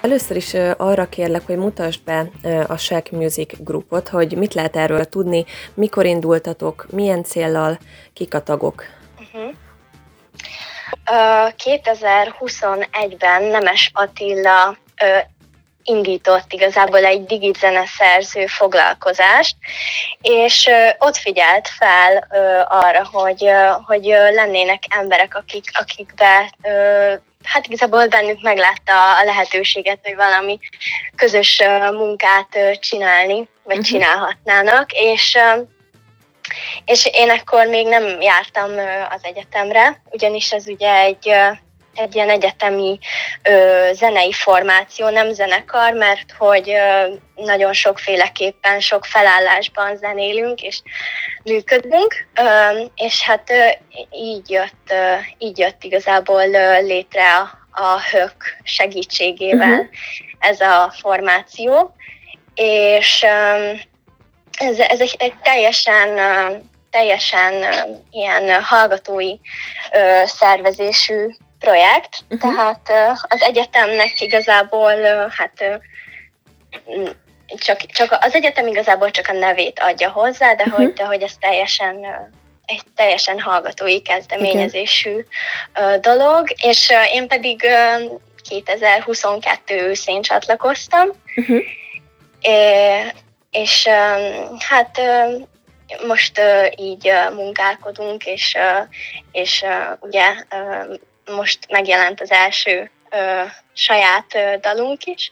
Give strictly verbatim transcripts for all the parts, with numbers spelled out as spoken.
Először is ö, arra kérlek, hogy mutasd be ö, a Shack Music Groupot, hogy mit lehet erről tudni, mikor indultatok, milyen céllal, kik a tagok. Uh-huh. Uh, kétezer-huszonegyben Nemes Attila uh, indított igazából egy digitzeneszerző foglalkozást, és uh, ott figyelt fel uh, arra, hogy, uh, hogy uh, lennének emberek, akik, akikbe uh, hát igazából bennük meglátta a lehetőséget, hogy valami közös uh, munkát uh, csinálni, vagy uh-huh. csinálhatnának, és uh, És én ekkor még nem jártam az egyetemre, ugyanis ez ugye egy, egy ilyen egyetemi ö, zenei formáció, nem zenekar, mert hogy ö, nagyon sokféleképpen, sok felállásban zenélünk és működünk, ö, és hát ö, így, jött, ö, így jött igazából ö, létre a, a hök segítségével uh-huh. ez a formáció, és ö, Ez, ez egy, egy teljesen, teljesen ilyen hallgatói szervezésű projekt, uh-huh. tehát az egyetemnek igazából, hát csak, csak az egyetem igazából csak a nevét adja hozzá, de, uh-huh. hogy, de hogy ez teljesen, egy teljesen hallgatói kezdeményezésű okay. dolog, és én pedig kétezer-huszonkettő őszén csatlakoztam, uh-huh. é, és hát most így munkálkodunk, és, és ugye most megjelent az első saját dalunk is,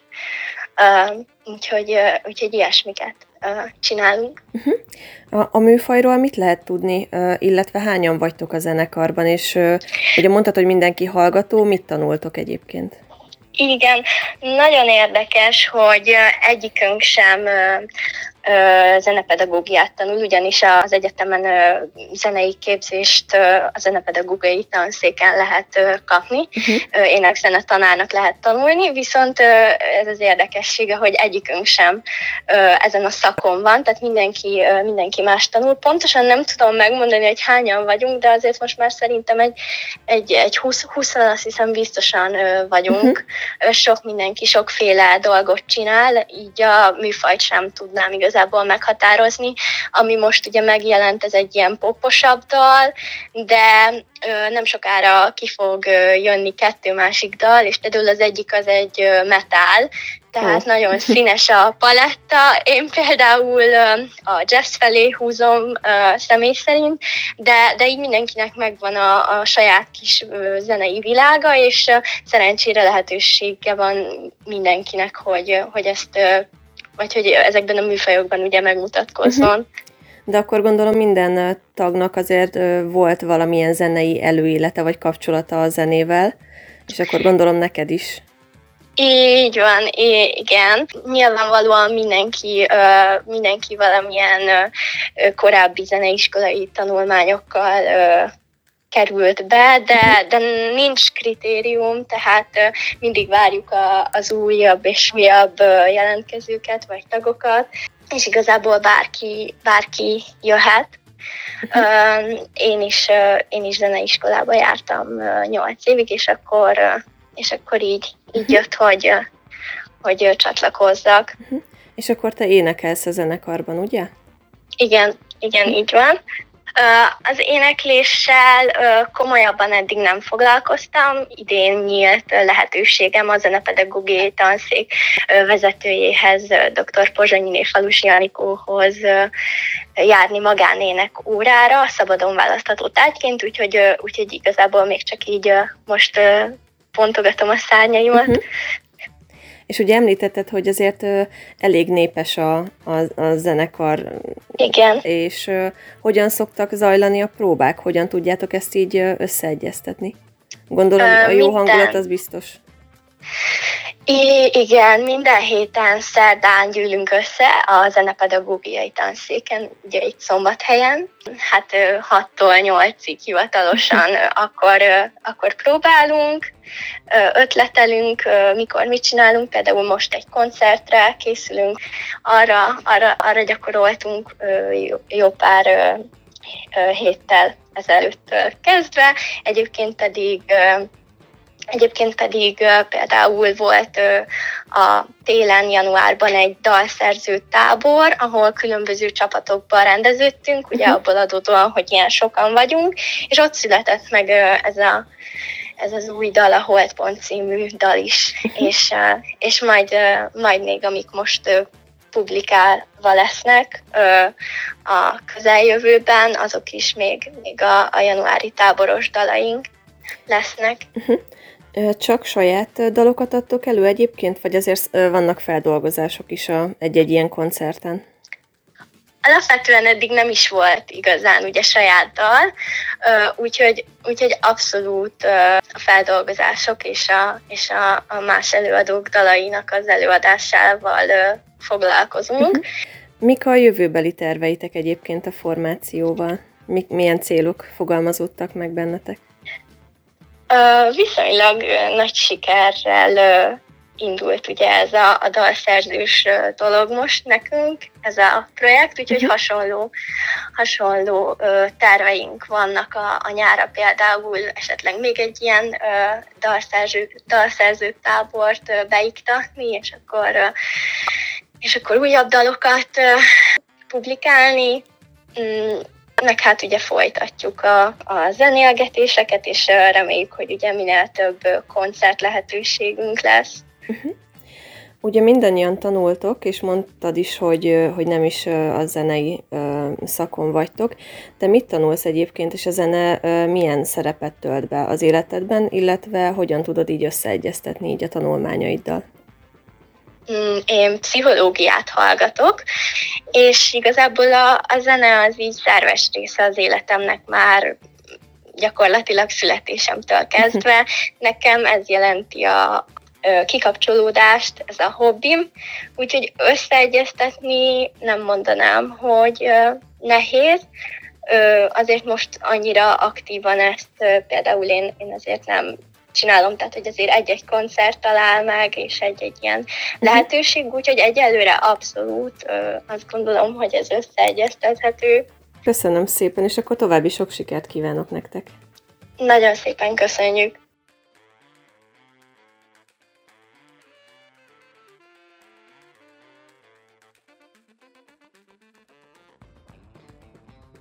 úgyhogy, úgyhogy ilyesmiket csinálunk. Uh-huh. A, a műfajról mit lehet tudni, illetve hányan vagytok a zenekarban, és ugye mondtad, hogy mindenki hallgató, mit tanultok egyébként? Igen, nagyon érdekes, hogy egyikünk sem zenepedagógiát tanul, ugyanis az egyetemen zenei képzést a zenepedagógiai tanszéken lehet kapni, uh-huh. énekszene tanárnak lehet tanulni, viszont ez az érdekessége, hogy egyikünk sem ezen a szakon van, tehát mindenki, mindenki más tanul. Pontosan nem tudom megmondani, hogy hányan vagyunk, de azért most már szerintem egy, egy, egy húsz, húsz azt hiszem biztosan vagyunk. Uh-huh. Sok mindenki sokféle dolgot csinál, így a műfajt sem tudnám igazán igazából meghatározni. Ami most ugye megjelent, ez egy ilyen poposabb dal, de ö, nem sokára ki fog ö, jönni kettő másik dal, és például az egyik az egy ö, metal, tehát oh. nagyon színes a paletta. Én például ö, a jazz felé húzom ö, személy szerint, de, de így mindenkinek megvan a, a saját kis ö, zenei világa, és ö, szerencsére lehetősége van mindenkinek, hogy, hogy ezt ö, vagy hogy ezekben a műfajokban ugye megmutatkozzon. Uh-huh. De akkor gondolom minden tagnak azért volt valamilyen zenei előélete, vagy kapcsolata a zenével, és akkor gondolom neked is. Így van, igen. Nyilvánvalóan mindenki, mindenki valamilyen korábbi zeneiskolai tanulmányokkal került be, de, de nincs kritérium, tehát mindig várjuk a, az újabb és újabb jelentkezőket, vagy tagokat, és igazából bárki, bárki jöhet. Uh-huh. Én is, én is zeneiskolába jártam nyolc évig, és akkor, és akkor így, így jött, hogy, hogy csatlakozzak. Uh-huh. És akkor te énekelsz a zenekarban, ugye? Igen, igen, így van. Az énekléssel komolyabban eddig nem foglalkoztam, idén nyílt lehetőségem a zenepedagógiai tanszék vezetőjéhez, dr. Pozsonyiné Falusi Anikóhoz járni magánének órára, szabadon választható tárgyként, úgyhogy, úgyhogy igazából még csak így most pontogatom a szárnyaimat. Uh-huh. És ugye említetted, hogy azért ö, elég népes a, a, a zenekar. Igen. És ö, hogyan szoktak zajlani a próbák? Hogyan tudjátok ezt így ö, összeegyeztetni? Gondolom ö, a jó minden. Hangulat az biztos. I- igen, minden héten szerdán gyűlünk össze a zenepedagógiai tanszéken, ugye itt Szombathelyen. Hát hattól nyolcig hivatalosan akkor, akkor próbálunk, ötletelünk, mikor mit csinálunk, például most egy koncertre készülünk, arra, arra, arra gyakoroltunk jó, jó pár héttel ezelőtt kezdve, egyébként pedig Egyébként pedig uh, például volt uh, a télen, januárban egy dalszerző tábor, ahol különböző csapatokban rendeződtünk, ugye abból adódóan, hogy ilyen sokan vagyunk, és ott született meg uh, ez, a, ez az új dal, a Holdpont című dal is, és, uh, és majd, uh, majd még amik most uh, publikálva lesznek uh, a közeljövőben, azok is még, még a, a januári táboros dalaink lesznek. Uh-huh. Csak saját dalokat adtok elő egyébként, vagy azért vannak feldolgozások is a, egy-egy ilyen koncerten? Alapvetően eddig nem is volt igazán ugye saját dal, úgyhogy, úgyhogy abszolút a feldolgozások és a, és a, a más előadók dalainak az előadásával foglalkozunk. Uh-huh. Mik a jövőbeli terveitek egyébként a formációval? Mik, milyen célok fogalmazódtak meg bennetek? Uh, viszonylag uh, nagy sikerrel uh, indult ugye ez a, a dalszerzős uh, dolog most nekünk, ez a projekt, úgyhogy uh-huh. hasonló, hasonló uh, terveink vannak a, a nyára, például esetleg még egy ilyen uh, dalszerző, dalszerző tábort uh, beiktatni, és akkor, uh, és akkor újabb dalokat uh, publikálni. Mm, meg hát ugye folytatjuk a, a zenélgetéseket, és reméljük, hogy ugye minél több koncert lehetőségünk lesz. Uh-huh. Ugye mindannyian tanultok, és mondtad is, hogy, hogy nem is a zenei szakon vagytok. Te mit tanulsz egyébként, és a zene milyen szerepet tölt be az életedben, illetve hogyan tudod így összeegyeztetni így a tanulmányaiddal? Én pszichológiát hallgatok, és igazából a, a zene az így szerves része az életemnek már gyakorlatilag születésemtől kezdve. Nekem ez jelenti a kikapcsolódást, ez a hobbim, úgyhogy összeegyeztetni nem mondanám, hogy nehéz. Azért most annyira aktívan ezt például én, én azért nem csinálom, tehát hogy azért egy-egy koncert talál meg, és egy-egy ilyen lehetőség, úgyhogy egyelőre abszolút azt gondolom, hogy ez összeegyeztethető. Köszönöm szépen, és akkor további sok sikert kívánok nektek! Nagyon szépen köszönjük!